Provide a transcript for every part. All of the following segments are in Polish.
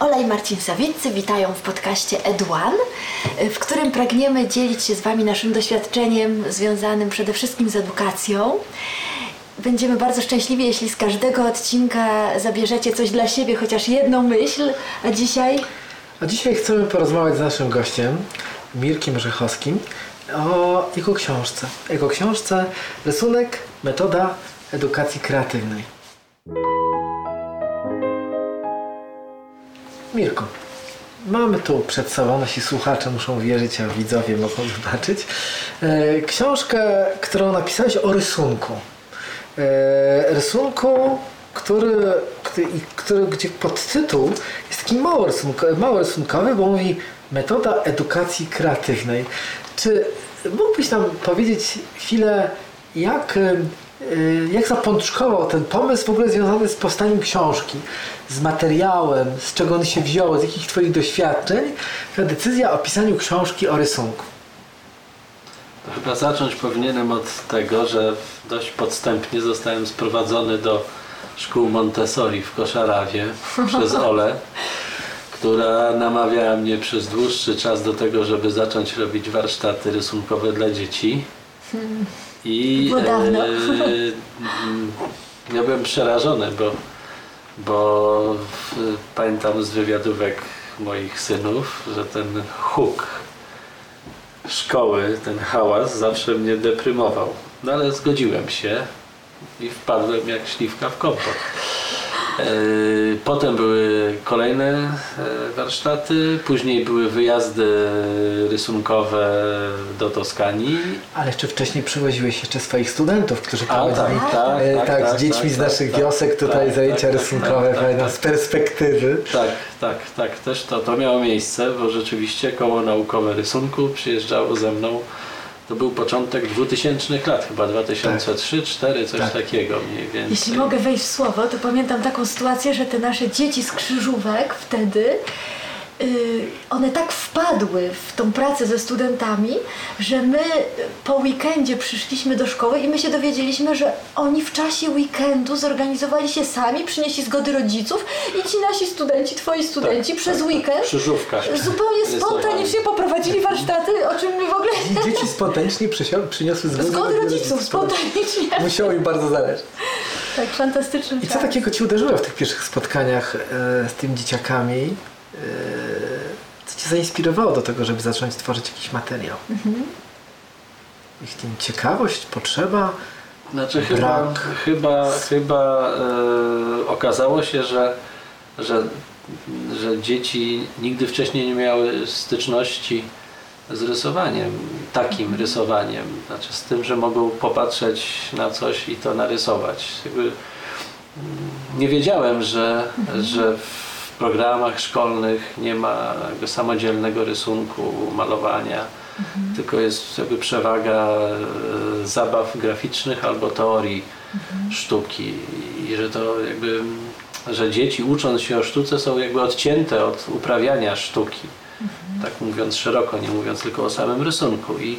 Ola i Marcin Sawiccy witają w podcaście Ed1, w którym pragniemy dzielić się z Wami naszym doświadczeniem związanym przede wszystkim z edukacją. Będziemy bardzo szczęśliwi, jeśli z każdego odcinka zabierzecie coś dla siebie, chociaż jedną myśl. A dzisiaj chcemy porozmawiać z naszym gościem, Mirkiem Rzechowskim, o jego książce. Jego książce Rysunek, metoda edukacji kreatywnej. Mirku, mamy tu przed sobą, nasi słuchacze muszą wierzyć, a widzowie mogą zobaczyć, książkę, którą napisałeś o rysunku. Rysunku, gdzie podtytuł jest taki mało rysunkowy, bo mówi metoda edukacji kreatywnej. Czy mógłbyś nam powiedzieć chwilę, jak zapączkował ten pomysł w ogóle związany z powstaniem książki, z materiałem, z czego on się wziął, z jakich Twoich doświadczeń, ta decyzja o pisaniu książki o rysunku? Chyba zacząć powinienem od tego, że dość podstępnie zostałem sprowadzony do szkół Montessori w Koszarawie przez Olę, która namawiała mnie przez dłuższy czas do tego, żeby zacząć robić warsztaty rysunkowe dla dzieci. I ja byłem przerażony, bo pamiętam z wywiadówek moich synów, że ten huk szkoły, ten hałas zawsze mnie deprymował. No ale zgodziłem się i wpadłem jak śliwka w kompot. Potem były kolejne warsztaty, później były wyjazdy rysunkowe do Toskanii. Ale jeszcze wcześniej przywoziłeś jeszcze swoich studentów, którzy prowadzili z dziećmi z naszych wiosek tutaj zajęcia rysunkowe, z perspektywy. Tak, też to miało miejsce, bo rzeczywiście koło naukowe rysunku przyjeżdżało ze mną. To był początek 2000 lat, chyba 2003-2004, coś takiego mniej więcej. Jeśli mogę wejść w słowo, to pamiętam taką sytuację, że te nasze dzieci z krzyżówek wtedy, one tak wpadły w tą pracę ze studentami, że my po weekendzie przyszliśmy do szkoły i my się dowiedzieliśmy, że oni w czasie weekendu zorganizowali się sami, przynieśli zgody rodziców i ci nasi studenci, twoi studenci przez weekend zupełnie spontanicznie poprowadzili warsztaty, o czym my w ogóle... Dzieci spontanicznie przyniosły zgody rodziców. Spontanicznie. Musiało im bardzo zależeć. Tak, fantastyczny I co takiego Ci uderzyło w tych pierwszych spotkaniach z tymi dzieciakami? Co Cię zainspirowało do tego, żeby zacząć tworzyć jakiś materiał? Ich tym ciekawość, potrzeba, brak? Chyba okazało się, że dzieci nigdy wcześniej nie miały styczności z rysowaniem, takim rysowaniem, znaczy z tym, że mogą popatrzeć na coś i to narysować. Nie wiedziałem, że w programach szkolnych nie ma samodzielnego rysunku, malowania, tylko jest jakby przewaga zabaw graficznych albo teorii sztuki i że to że dzieci ucząc się o sztuce są jakby odcięte od uprawiania sztuki, tak mówiąc szeroko, nie mówiąc tylko o samym rysunku i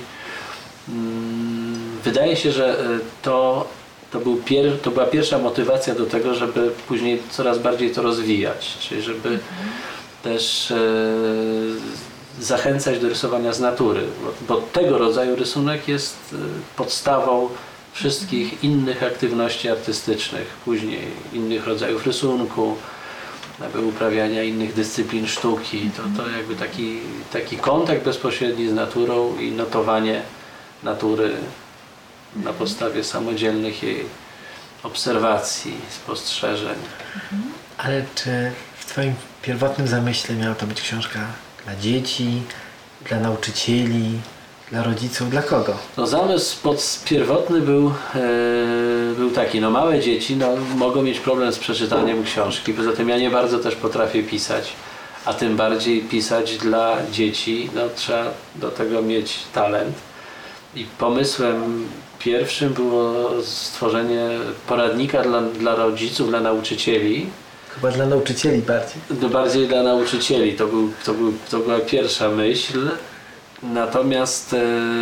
wydaje się, że to była pierwsza motywacja do tego, żeby później coraz bardziej to rozwijać, czyli żeby też zachęcać do rysowania z natury, bo tego rodzaju rysunek jest podstawą wszystkich innych aktywności artystycznych, później innych rodzajów rysunku, uprawiania innych dyscyplin sztuki. To jakby taki kontakt bezpośredni z naturą i notowanie natury na podstawie samodzielnych jej obserwacji, spostrzeżeń. Ale czy w Twoim pierwotnym zamyśle miała to być książka dla dzieci, dla nauczycieli, dla rodziców, dla kogo? No zamysł pierwotny był taki, małe dzieci mogą mieć problem z przeczytaniem książki, poza tym ja nie bardzo też potrafię pisać, a tym bardziej pisać dla dzieci, trzeba do tego mieć talent. I pomysłem pierwszym było stworzenie poradnika dla rodziców, dla nauczycieli. Chyba dla nauczycieli bardziej. Bardziej dla nauczycieli, to była pierwsza myśl. Natomiast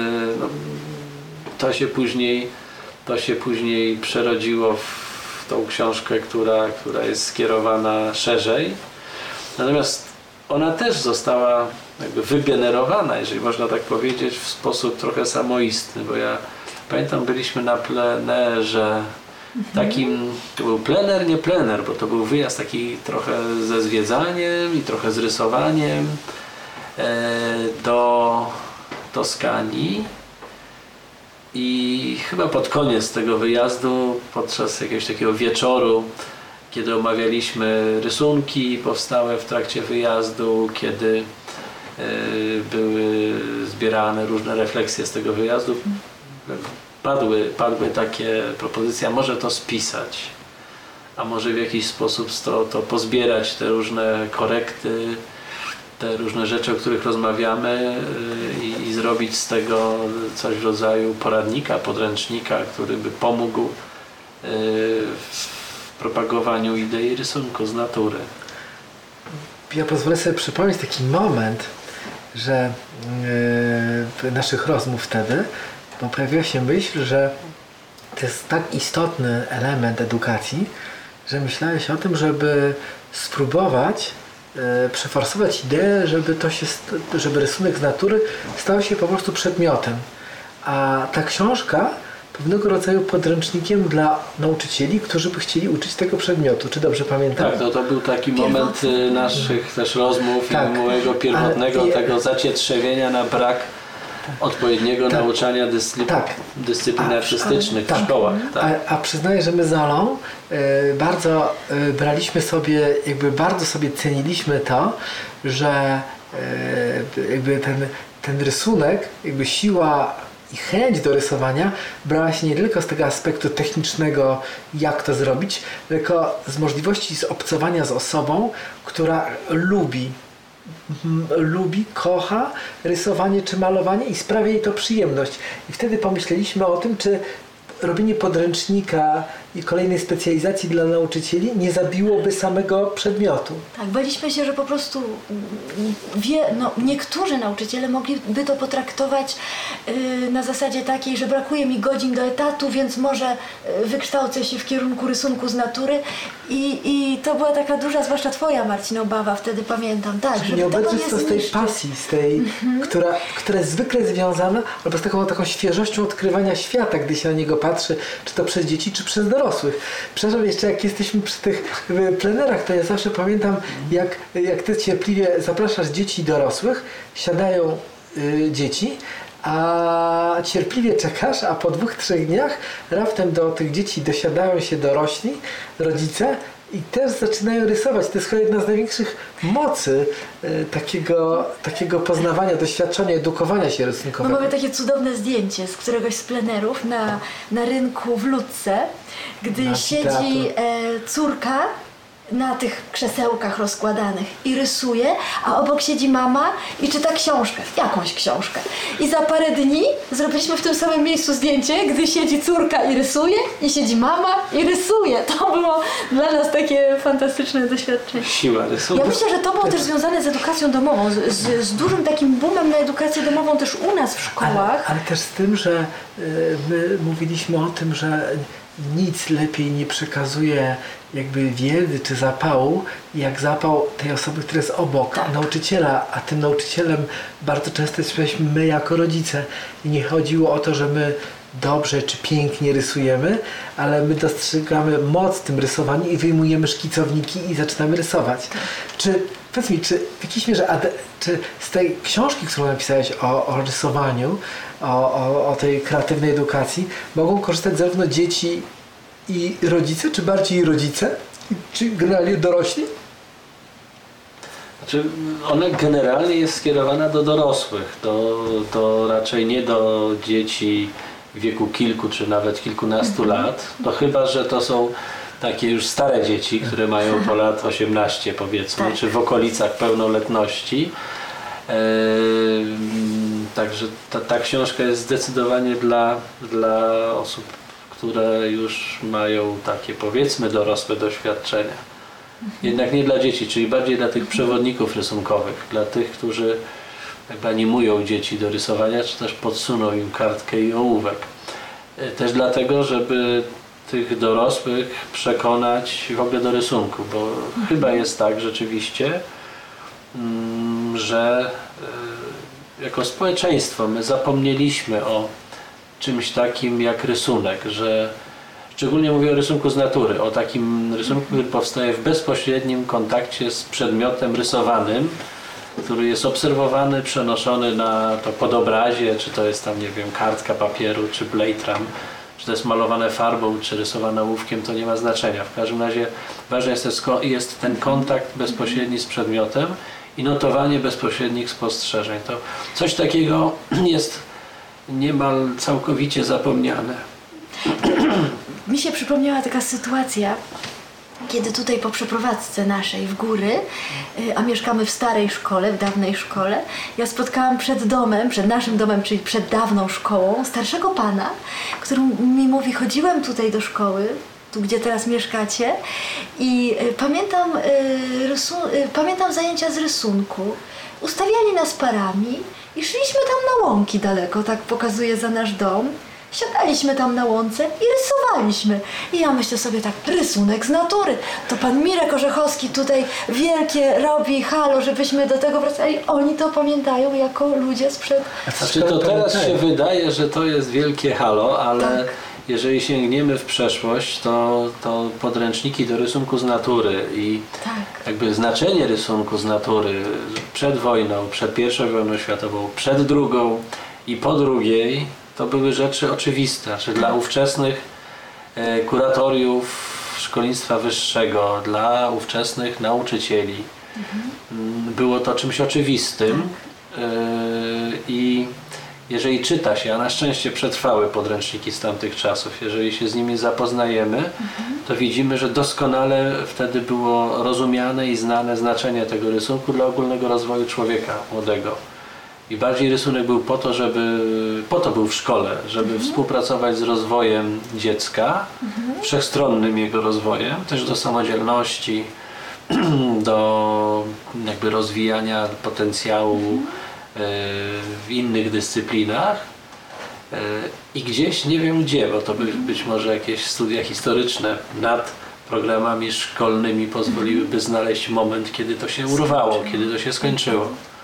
to się później przerodziło w tą książkę, która jest skierowana szerzej. Natomiast ona też została jakby wygenerowana, jeżeli można tak powiedzieć, w sposób trochę samoistny, bo ja pamiętam, byliśmy na plenerze takim, to był plener, nie plener, bo to był wyjazd taki trochę ze zwiedzaniem i trochę z rysowaniem do Toskanii. I chyba pod koniec tego wyjazdu, podczas jakiegoś takiego wieczoru, kiedy omawialiśmy rysunki powstałe w trakcie wyjazdu, kiedy były zbierane różne refleksje z tego wyjazdu, padły takie propozycje, a może to spisać, a może w jakiś sposób to pozbierać, te różne korekty, te różne rzeczy, o których rozmawiamy i zrobić z tego coś w rodzaju poradnika, podręcznika, który by pomógł w propagowaniu idei rysunku z natury. Ja pozwolę sobie przypomnieć taki moment, że naszych rozmów wtedy, bo pojawiła się myśl, że to jest tak istotny element edukacji, że myślałeś o tym, żeby spróbować przeforsować ideę, żeby rysunek z natury stał się po prostu przedmiotem. A ta książka pewnego rodzaju podręcznikiem dla nauczycieli, którzy by chcieli uczyć tego przedmiotu. Czy dobrze pamiętam? Tak, to był taki moment naszych też rozmów i mojego pierwotnego tego zacietrzewienia na brak odpowiedniego nauczania dyscyplin artystycznych w szkołach. Tak. A przyznaję, że my z Olą bardzo braliśmy sobie, bardzo sobie ceniliśmy to, że ten rysunek, siła i chęć do rysowania brała się nie tylko z tego aspektu technicznego, jak to zrobić, tylko z możliwości zobcowania z osobą, która lubi, kocha rysowanie czy malowanie i sprawia jej to przyjemność. I wtedy pomyśleliśmy o tym, czy robienie podręcznika i kolejnej specjalizacji dla nauczycieli nie zabiłoby samego przedmiotu. Tak, baliśmy się, że po prostu niektórzy nauczyciele mogliby to potraktować na zasadzie takiej, że brakuje mi godzin do etatu, więc może wykształcę się w kierunku rysunku z natury i to była taka duża, zwłaszcza twoja, Marcin, obawa, wtedy pamiętam. Tak, żeby nie obejrzeć to z tej pasji, z tej, która jest zwykle związana albo z taką świeżością odkrywania świata, gdy się na niego patrzy, czy to przez dzieci, czy przez dorosłych. Przepraszam, jeszcze jak jesteśmy przy tych plenerach, to ja zawsze pamiętam, jak ty cierpliwie zapraszasz dzieci i dorosłych, siadają dzieci, a cierpliwie czekasz, a po 2-3 dniach raptem do tych dzieci dosiadają się dorośli, rodzice i też zaczynają rysować. To jest chyba jedna z największych mocy takiego poznawania, doświadczenia, edukowania się rysunkowego. Mamy takie cudowne zdjęcie z któregoś z plenerów na rynku w Ludce, gdy siedzi córka na tych krzesełkach rozkładanych i rysuje, a obok siedzi mama i czyta książkę, jakąś książkę. I za parę dni zrobiliśmy w tym samym miejscu zdjęcie, gdy siedzi córka i rysuje, i siedzi mama i rysuje. To było dla nas takie fantastyczne doświadczenie. Siła rysunku. Ja myślę, że to było też związane z edukacją domową, z dużym takim boomem na edukację domową też u nas w szkołach. Ale też z tym, że my mówiliśmy o tym, że nic lepiej nie przekazuje wiedzy czy zapału, jak zapał tej osoby, która jest obok, nauczyciela, a tym nauczycielem bardzo często jesteśmy my jako rodzice. I nie chodziło o to, że my dobrze czy pięknie rysujemy, ale my dostrzegamy moc w tym rysowaniu i wyjmujemy szkicowniki i zaczynamy rysować. Powiedz mi, czy w jakiejś mierze, czy z tej książki, którą napisałeś o rysowaniu, o tej kreatywnej edukacji, mogą korzystać zarówno dzieci i rodzice, czy bardziej rodzice, czy generalnie dorośli? Znaczy, ona generalnie jest skierowana do dorosłych, to raczej nie do dzieci w wieku kilku czy nawet kilkunastu lat, to chyba, że to są takie już stare dzieci, które mają po lat 18 powiedzmy, czy w okolicach pełnoletności. Także ta książka jest zdecydowanie dla osób, które już mają takie powiedzmy dorosłe doświadczenia. Jednak nie dla dzieci, czyli bardziej dla tych przewodników rysunkowych, dla tych, którzy animują dzieci do rysowania, czy też podsuną im kartkę i ołówek. Też dlatego, żeby tych dorosłych przekonać w ogóle do rysunku, bo chyba jest tak rzeczywiście, że jako społeczeństwo my zapomnieliśmy o czymś takim jak rysunek, że szczególnie mówię o rysunku z natury, o takim rysunku, który powstaje w bezpośrednim kontakcie z przedmiotem rysowanym, który jest obserwowany, przenoszony na to podobrazie, czy to jest tam, nie wiem, kartka papieru, czy blejtram, czy to jest malowane farbą, czy rysowane ołówkiem, to nie ma znaczenia. W każdym razie ważny jest ten kontakt bezpośredni z przedmiotem i notowanie bezpośrednich spostrzeżeń. To coś takiego jest niemal całkowicie zapomniane. Mi się przypomniała taka sytuacja, kiedy tutaj po przeprowadzce naszej w góry, a mieszkamy w starej szkole, w dawnej szkole, ja spotkałam przed naszym domem, czyli przed dawną szkołą, starszego pana, który mi mówi, chodziłem tutaj do szkoły, tu gdzie teraz mieszkacie i pamiętam zajęcia z rysunku. Ustawiali nas parami i szliśmy tam na łąki daleko, tak pokazuje za nasz dom. Siadaliśmy tam na łące i rysowaliśmy. I ja myślę sobie tak, rysunek z natury. To pan Mirek Orzechowski tutaj wielkie robi halo, żebyśmy do tego wracali. Oni to pamiętają jako ludzie sprzed... Znaczy to teraz się wydaje, że to jest wielkie halo, ale tak. Jeżeli sięgniemy w przeszłość, to podręczniki do rysunku z natury i tak. Jakby znaczenie rysunku z natury przed wojną, przed I wojną światową, przed drugą i po drugiej, to były rzeczy oczywiste. Znaczy dla ówczesnych kuratoriów szkolnictwa wyższego, dla ówczesnych nauczycieli było to czymś oczywistym i jeżeli czyta się, a na szczęście przetrwały podręczniki z tamtych czasów, jeżeli się z nimi zapoznajemy, to widzimy, że doskonale wtedy było rozumiane i znane znaczenie tego rysunku dla ogólnego rozwoju człowieka młodego. I bardziej rysunek był po to był w szkole, żeby współpracować z rozwojem dziecka, wszechstronnym jego rozwojem, też do samodzielności, do jakby rozwijania potencjału w innych dyscyplinach i gdzieś, nie wiem gdzie, bo to być może jakieś studia historyczne nad programami szkolnymi pozwoliłyby znaleźć moment, kiedy to się urwało, kiedy to się skończyło.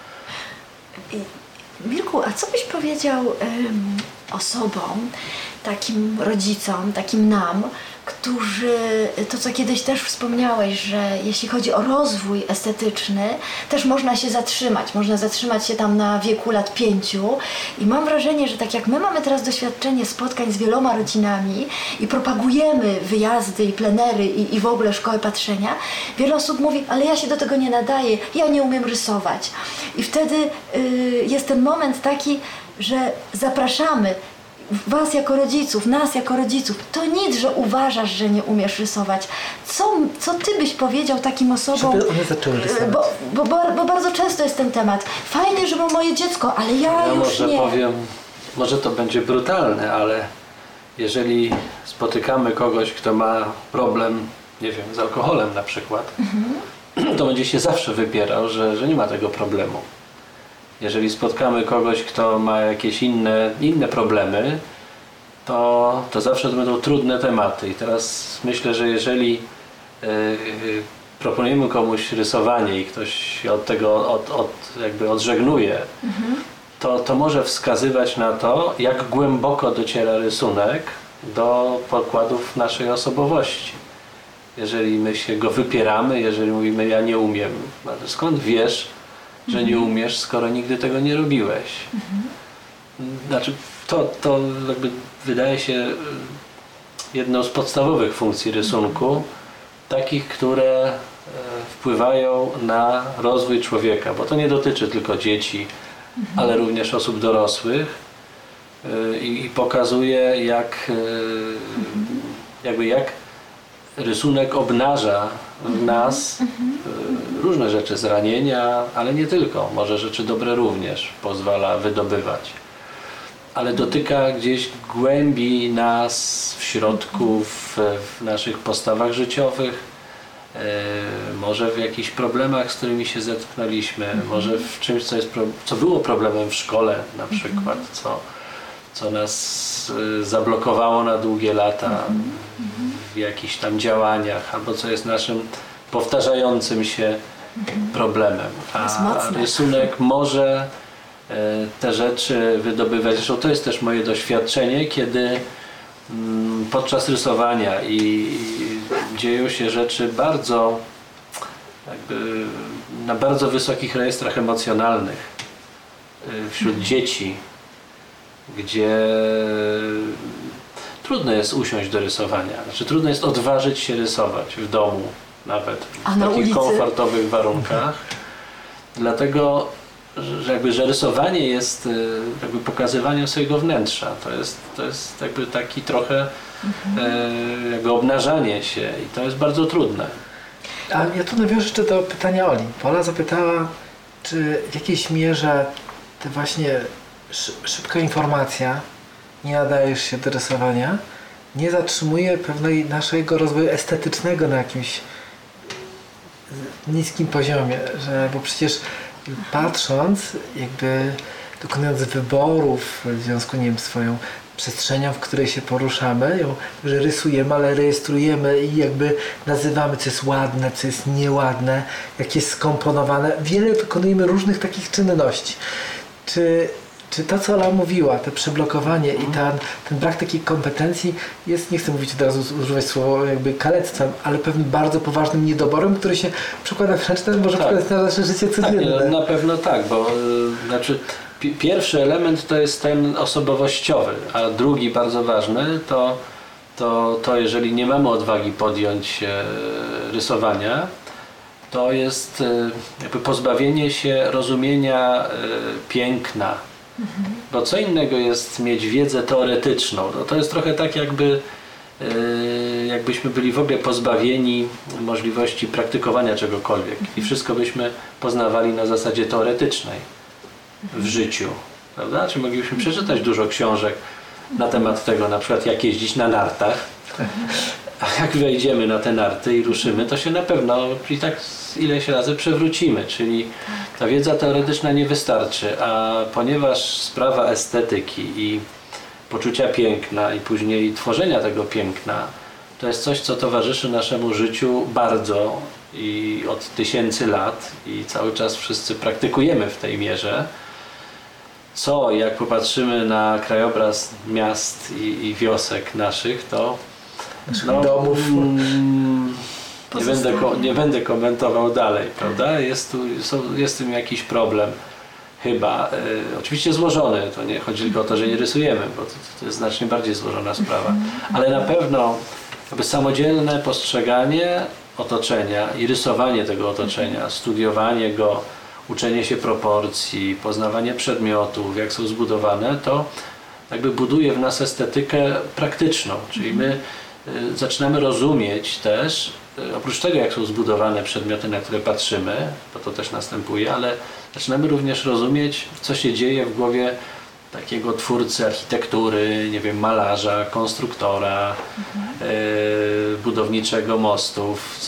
Mirku, a co byś powiedział osobom, takim rodzicom, takim nam, którzy, to co kiedyś też wspomniałeś, że jeśli chodzi o rozwój estetyczny, też można się zatrzymać. Można zatrzymać się tam na wieku lat 5 i mam wrażenie, że tak jak my mamy teraz doświadczenie spotkań z wieloma rodzinami i propagujemy wyjazdy i plenery i w ogóle szkoły patrzenia, wiele osób mówi, ale ja się do tego nie nadaję, ja nie umiem rysować. I wtedy jest ten moment taki, że zapraszamy was jako rodziców, nas jako rodziców, to nic, że uważasz, że nie umiesz rysować. Co ty byś powiedział takim osobom? Żeby one zaczęły rysować. Bo bardzo często jest ten temat. Fajnie, żeby moje dziecko, ale ja już może nie. Powiem, może to będzie brutalne, ale jeżeli spotykamy kogoś, kto ma problem, nie wiem, z alkoholem na przykład, to będzie się zawsze wypierał, że nie ma tego problemu. Jeżeli spotkamy kogoś, kto ma jakieś inne problemy, to zawsze to będą trudne tematy. I teraz myślę, że jeżeli proponujemy komuś rysowanie i ktoś się od tego jakby odżegnuje, to może wskazywać na to, jak głęboko dociera rysunek do pokładów naszej osobowości. Jeżeli my się go wypieramy, jeżeli mówimy, ja nie umiem, ale skąd wiesz, że nie umiesz, skoro nigdy tego nie robiłeś? Znaczy, to jakby wydaje się jedną z podstawowych funkcji rysunku, takich, które wpływają na rozwój człowieka, bo to nie dotyczy tylko dzieci, ale również osób dorosłych i pokazuje, jak rysunek obnaża w nas różne rzeczy, zranienia, ale nie tylko, może rzeczy dobre również pozwala wydobywać. Ale dotyka gdzieś głębi nas w środku, w naszych postawach życiowych, może w jakichś problemach, z którymi się zetknęliśmy, może w czymś, co było problemem w szkole na przykład, co nas zablokowało na długie lata w jakichś tam działaniach, albo co jest naszym powtarzającym się problemem, jest a mocne. rysunek może te rzeczy wydobywać. Zresztą to jest też moje doświadczenie, kiedy podczas rysowania i dzieją się rzeczy bardzo na bardzo wysokich rejestrach emocjonalnych wśród dzieci, gdzie trudno jest usiąść do rysowania. Znaczy, trudno jest odważyć się rysować w domu, nawet w takich komfortowych warunkach. Dlatego, że rysowanie jest pokazywaniem swojego wnętrza. To jest jakby taki trochę jakby obnażanie się i to jest bardzo trudne. A ja tu nawiążę jeszcze do pytania Oli. Pola zapytała, czy w jakiejś mierze te właśnie szybka informacja, nie nadajesz się do rysowania, nie zatrzymuje pewnej naszego rozwoju estetycznego na jakimś niskim poziomie, bo przecież patrząc, jakby dokonując wyborów w związku, nie wiem, swoją przestrzenią, w której się poruszamy, ją że rysujemy, ale rejestrujemy i jakby nazywamy, co jest ładne, co jest nieładne, jak jest skomponowane. Wiele wykonujemy różnych takich czynności. Czy to, co Ola mówiła, to przyblokowanie i ten brak takiej kompetencji jest, nie chcę mówić od razu używać słowa jakby kalectwem, ale pewnym bardzo poważnym niedoborem, który się przekłada wręcz może przekładać na nasze życie codzienne. Tak, na pewno tak, bo znaczy pierwszy element to jest ten osobowościowy, a drugi bardzo ważny to jeżeli nie mamy odwagi podjąć rysowania, to jest jakby pozbawienie się rozumienia piękna. Bo co innego jest mieć wiedzę teoretyczną. No to jest trochę tak jakbyśmy byli w ogóle pozbawieni możliwości praktykowania czegokolwiek i wszystko byśmy poznawali na zasadzie teoretycznej w życiu. Prawda? Czy moglibyśmy przeczytać dużo książek na temat tego, na przykład jak jeździć na nartach. A jak wejdziemy na te narty i ruszymy, to się na pewno i tak ileś razy przewrócimy, czyli ta wiedza teoretyczna nie wystarczy, a ponieważ sprawa estetyki i poczucia piękna i później tworzenia tego piękna to jest coś, co towarzyszy naszemu życiu bardzo i od tysięcy lat i cały czas wszyscy praktykujemy w tej mierze, co jak popatrzymy na krajobraz miast i wiosek naszych, to domów. Nie będę komentował dalej, prawda? Jest w tym jakiś problem chyba. Oczywiście złożony, to nie chodzi tylko o to, że nie rysujemy, bo to jest znacznie bardziej złożona sprawa. Ale na pewno jakby samodzielne postrzeganie otoczenia i rysowanie tego otoczenia, studiowanie go, uczenie się proporcji, poznawanie przedmiotów, jak są zbudowane, to jakby buduje w nas estetykę praktyczną, czyli my zaczynamy rozumieć też, oprócz tego jak są zbudowane przedmioty, na które patrzymy, bo to też następuje, ale zaczynamy również rozumieć, co się dzieje w głowie takiego twórcy architektury, nie wiem, malarza, konstruktora, budowniczego mostów,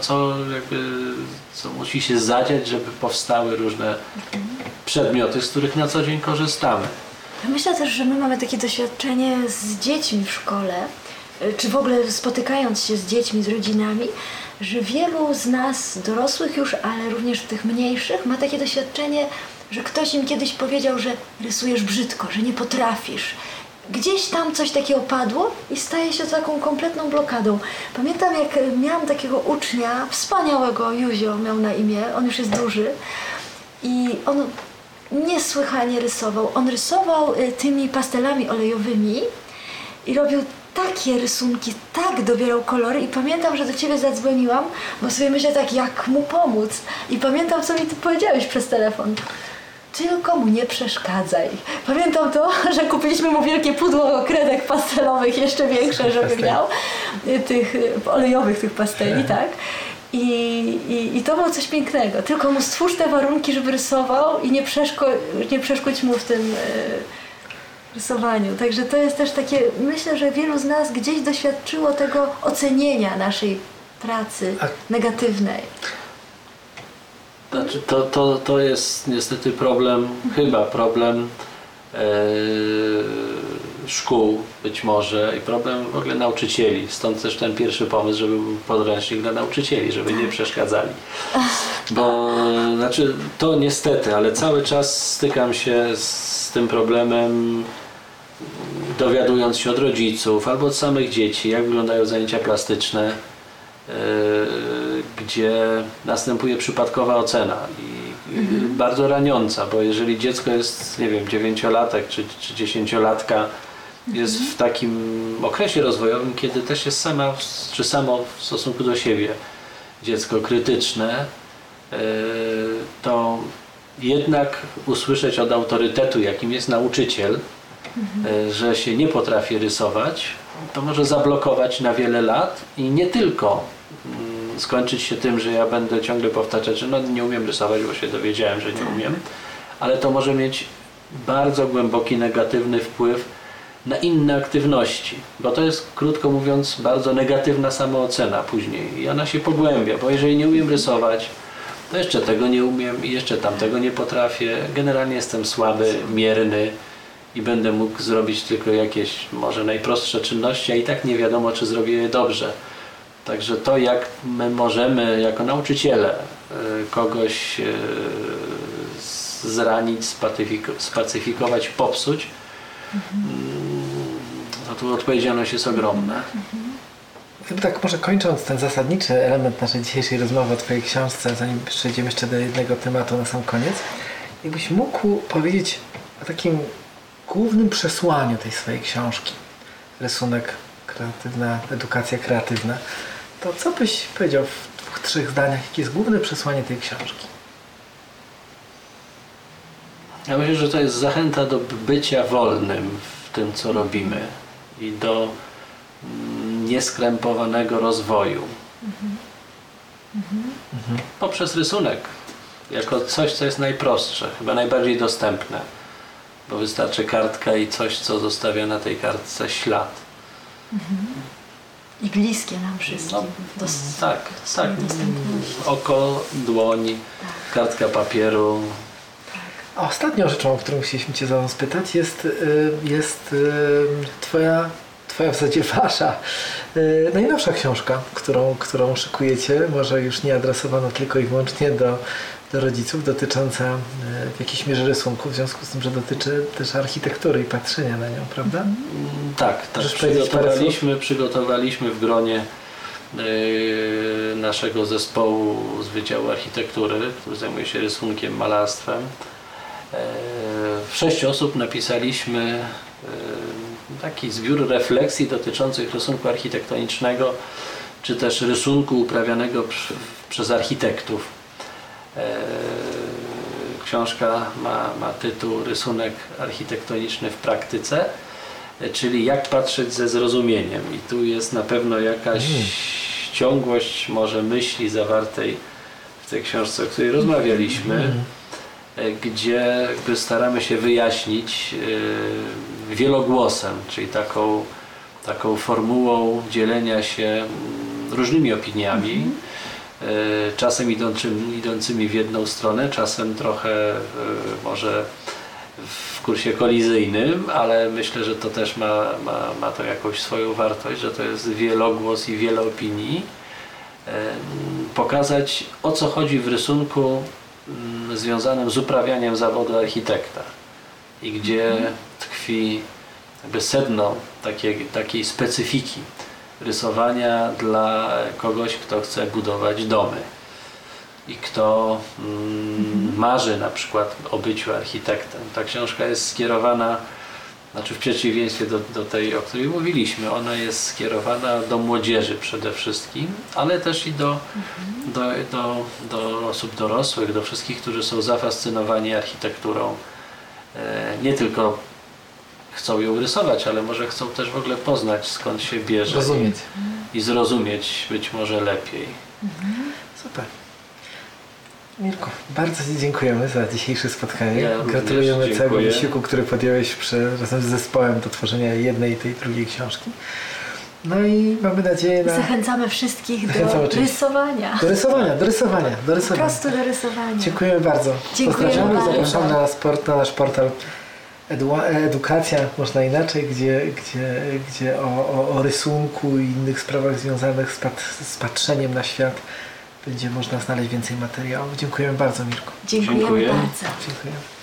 co musi się zadziać, żeby powstały różne przedmioty, z których na co dzień korzystamy. Myślę też, że my mamy takie doświadczenie z dziećmi w szkole, czy w ogóle spotykając się z dziećmi, z rodzinami, że wielu z nas, dorosłych już, ale również tych mniejszych, ma takie doświadczenie, że ktoś im kiedyś powiedział, że rysujesz brzydko, że nie potrafisz. Gdzieś tam coś takiego padło i staje się taką kompletną blokadą. Pamiętam, jak miałam takiego ucznia, wspaniałego, Józio miał na imię, on już jest duży i on niesłychanie rysował. On rysował tymi pastelami olejowymi i robił takie rysunki, tak dobierał kolory i pamiętam, że do Ciebie zadzwoniłam, bo sobie myślę tak, jak mu pomóc. I pamiętam, co mi Ty powiedziałeś przez telefon. Tylko mu nie przeszkadzaj. Pamiętam to, że kupiliśmy mu wielkie pudło kredek pastelowych, jeszcze większe, żeby miał, tych olejowych tych pasteli, tak? I to było coś pięknego. Tylko mu stwórz te warunki, żeby rysował i nie przeszkodź mu w tym rysowaniu. Także to jest też takie, myślę, że wielu z nas gdzieś doświadczyło tego ocenienia naszej pracy negatywnej. Znaczy, to jest niestety problem, chyba problem szkół być może i problem w ogóle nauczycieli. Stąd też ten pierwszy pomysł, żeby był podręcznik dla nauczycieli, żeby nie przeszkadzali. Bo znaczy to niestety, ale cały czas stykam się z tym problemem, dowiadując się od rodziców albo od samych dzieci, jak wyglądają zajęcia plastyczne, gdzie następuje przypadkowa ocena i bardzo raniąca, bo jeżeli dziecko jest, nie wiem, 9-latek czy 10-latka, jest w takim okresie rozwojowym, kiedy też jest samo w stosunku do siebie dziecko krytyczne, to jednak usłyszeć od autorytetu, jakim jest nauczyciel, że się nie potrafi rysować, to może zablokować na wiele lat i nie tylko skończyć się tym, że ja będę ciągle powtarzać, że no nie umiem rysować, bo się dowiedziałem, że nie umiem, ale to może mieć bardzo głęboki negatywny wpływ na inne aktywności, bo to jest, krótko mówiąc, bardzo negatywna samoocena później i ona się pogłębia, bo jeżeli nie umiem rysować, to jeszcze tego nie umiem i jeszcze tamtego nie potrafię, generalnie jestem słaby, mierny i będę mógł zrobić tylko jakieś może najprostsze czynności, a i tak nie wiadomo, czy zrobię je dobrze. Także to, jak my możemy jako nauczyciele kogoś zranić, spacyfikować, popsuć, no tu odpowiedzialność jest ogromna. Tak może kończąc ten zasadniczy element naszej dzisiejszej rozmowy o Twojej książce, zanim przejdziemy jeszcze do jednego tematu na sam koniec, jakbyś mógł powiedzieć o takim głównym przesłaniu tej swojej książki, rysunek, kreatywna, edukacja kreatywna, to co byś powiedział w 2-3 zdaniach, jakie jest główne przesłanie tej książki? Ja myślę, że to jest zachęta do bycia wolnym w tym, co robimy i do nieskrępowanego rozwoju. Poprzez rysunek, jako coś, co jest najprostsze, chyba najbardziej dostępne, bo wystarczy kartka i coś, co zostawia na tej kartce ślad. I bliskie nam wszystkim. No, tak. Oko, dłoń, kartka papieru. A ostatnią rzeczą, o którą chcieliśmy Cię spytać, jest Twoja w zasadzie Wasza najnowsza książka, którą szykujecie, może już nie adresowana tylko i wyłącznie do rodziców, dotycząca w jakiejś mierze rysunku, w związku z tym, że dotyczy też architektury i patrzenia na nią, prawda? Tak. Przygotowaliśmy w gronie naszego zespołu z Wydziału Architektury, który zajmuje się rysunkiem, malarstwem. 6 osób napisaliśmy taki zbiór refleksji dotyczących rysunku architektonicznego, czy też rysunku uprawianego przez architektów. Książka ma tytuł Rysunek architektoniczny w praktyce, czyli jak patrzeć ze zrozumieniem. I tu jest na pewno jakaś ciągłość może myśli zawartej w tej książce, o której rozmawialiśmy, gdzie jakby staramy się wyjaśnić wielogłosem, czyli taką formułą dzielenia się różnymi opiniami, czasem idącymi w jedną stronę, czasem trochę może w kursie kolizyjnym, ale myślę, że to też ma to jakąś swoją wartość, że to jest wielogłos i wiele opinii. Pokazać, o co chodzi w rysunku związanym z uprawianiem zawodu architekta i gdzie tkwi jakby sedno takiej specyfiki rysowania dla kogoś, kto chce budować domy i kto marzy na przykład o byciu architektem. Ta książka jest skierowana, znaczy w przeciwieństwie do tej, o której mówiliśmy, ona jest skierowana do młodzieży przede wszystkim, ale też i do osób dorosłych, do wszystkich, którzy są zafascynowani architekturą. Nie tylko chcą ją rysować, ale może chcą też w ogóle poznać, skąd się bierze i zrozumieć być może lepiej. Super. Mirku, bardzo Ci dziękujemy za dzisiejsze spotkanie. Ja gratulujemy całego wysiłku, który podjąłeś razem z zespołem do tworzenia jednej i tej drugiej książki. No i mamy nadzieję na... Zachęcamy wszystkich do rysowania. Do rysowania. Po prostu do rysowania. Dziękujemy bardzo. Dziękujemy bardzo. Zapraszamy na nasz portal Edukacja, można inaczej, gdzie o rysunku i innych sprawach związanych z patrzeniem na świat będzie można znaleźć więcej materiałów. Dziękujemy bardzo, Mirku. Dziękujemy Dziękuję. bardzo. Dziękuję.